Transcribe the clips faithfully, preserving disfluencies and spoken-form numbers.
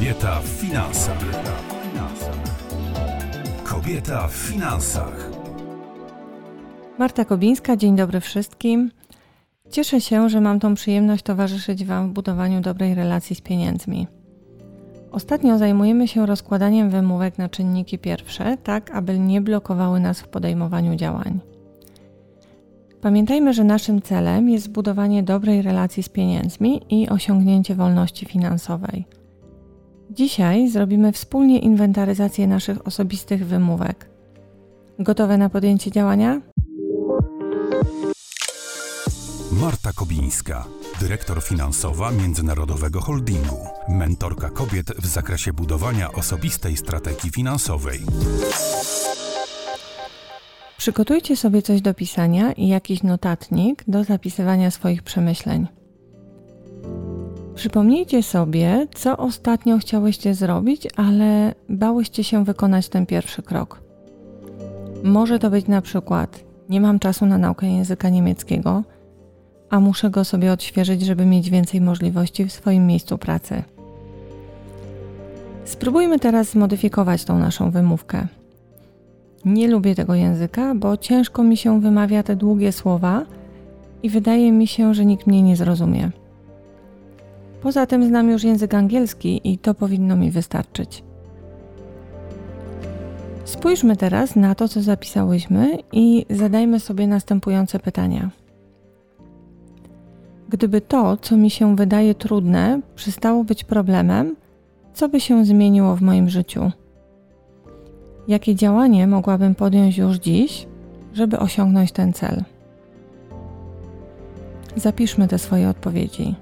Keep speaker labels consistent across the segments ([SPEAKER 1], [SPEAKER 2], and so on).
[SPEAKER 1] Kobieta w finansach. Kobieta w finansach.
[SPEAKER 2] Marta Kobińska, dzień dobry wszystkim. Cieszę się, że mam tą przyjemność towarzyszyć Wam w budowaniu dobrej relacji z pieniędzmi. Ostatnio zajmujemy się rozkładaniem wymówek na czynniki pierwsze, tak aby nie blokowały nas w podejmowaniu działań. Pamiętajmy, że naszym celem jest zbudowanie dobrej relacji z pieniędzmi i osiągnięcie wolności finansowej. Dzisiaj zrobimy wspólnie inwentaryzację naszych osobistych wymówek. Gotowe na podjęcie działania?
[SPEAKER 1] Marta Kobińska, dyrektor finansowa Międzynarodowego Holdingu, mentorka kobiet w zakresie budowania osobistej strategii finansowej.
[SPEAKER 2] Przygotujcie sobie coś do pisania i jakiś notatnik do zapisywania swoich przemyśleń. Przypomnijcie sobie, co ostatnio chciałyście zrobić, ale bałyście się wykonać ten pierwszy krok. Może to być na przykład: nie mam czasu na naukę języka niemieckiego, a muszę go sobie odświeżyć, żeby mieć więcej możliwości w swoim miejscu pracy. Spróbujmy teraz zmodyfikować tą naszą wymówkę. Nie lubię tego języka, bo ciężko mi się wymawia te długie słowa i wydaje mi się, że nikt mnie nie zrozumie. Poza tym znam już język angielski i to powinno mi wystarczyć. Spójrzmy teraz na to, co zapisałyśmy i zadajmy sobie następujące pytania. Gdyby to, co mi się wydaje trudne, przestało być problemem, co by się zmieniło w moim życiu? Jakie działanie mogłabym podjąć już dziś, żeby osiągnąć ten cel? Zapiszmy te swoje odpowiedzi.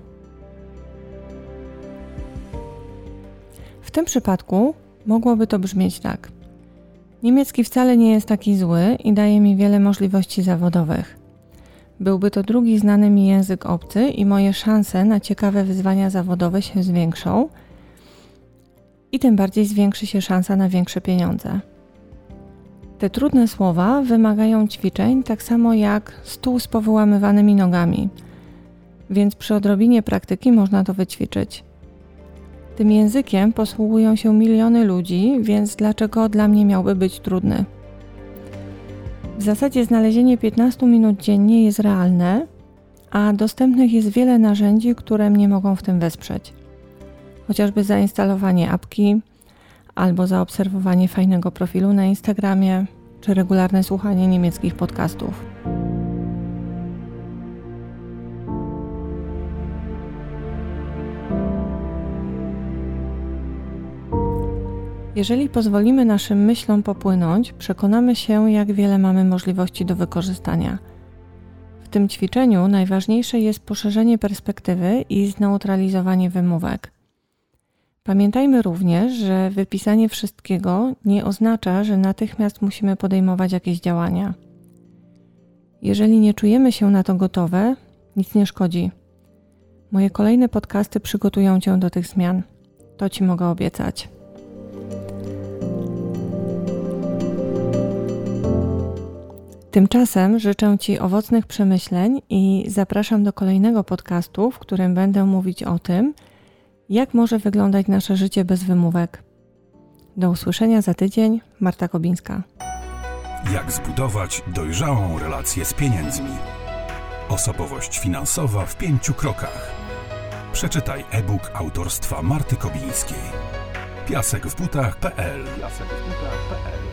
[SPEAKER 2] W tym przypadku mogłoby to brzmieć tak. Niemiecki wcale nie jest taki zły i daje mi wiele możliwości zawodowych. Byłby to drugi znany mi język obcy i moje szanse na ciekawe wyzwania zawodowe się zwiększą i tym bardziej zwiększy się szansa na większe pieniądze. Te trudne słowa wymagają ćwiczeń tak samo jak stół z powyłamywanymi nogami, więc przy odrobinie praktyki można to wyćwiczyć. Tym językiem posługują się miliony ludzi, więc dlaczego dla mnie miałby być trudny? W zasadzie znalezienie piętnastu minut dziennie jest realne, a dostępnych jest wiele narzędzi, które mnie mogą w tym wesprzeć. Chociażby zainstalowanie apki, albo zaobserwowanie fajnego profilu na Instagramie, czy regularne słuchanie niemieckich podcastów. Jeżeli pozwolimy naszym myślom popłynąć, przekonamy się, jak wiele mamy możliwości do wykorzystania. W tym ćwiczeniu najważniejsze jest poszerzenie perspektywy i zneutralizowanie wymówek. Pamiętajmy również, że wypisanie wszystkiego nie oznacza, że natychmiast musimy podejmować jakieś działania. Jeżeli nie czujemy się na to gotowe, nic nie szkodzi. Moje kolejne podcasty przygotują Cię do tych zmian. To Ci mogę obiecać. Tymczasem życzę Ci owocnych przemyśleń i zapraszam do kolejnego podcastu, w którym będę mówić o tym, jak może wyglądać nasze życie bez wymówek. Do usłyszenia za tydzień. Marta Kobińska.
[SPEAKER 1] Jak zbudować dojrzałą relację z pieniędzmi? Osobowość finansowa w pięciu krokach. Przeczytaj e-book autorstwa Marty Kobińskiej. piasek w butach kropka p l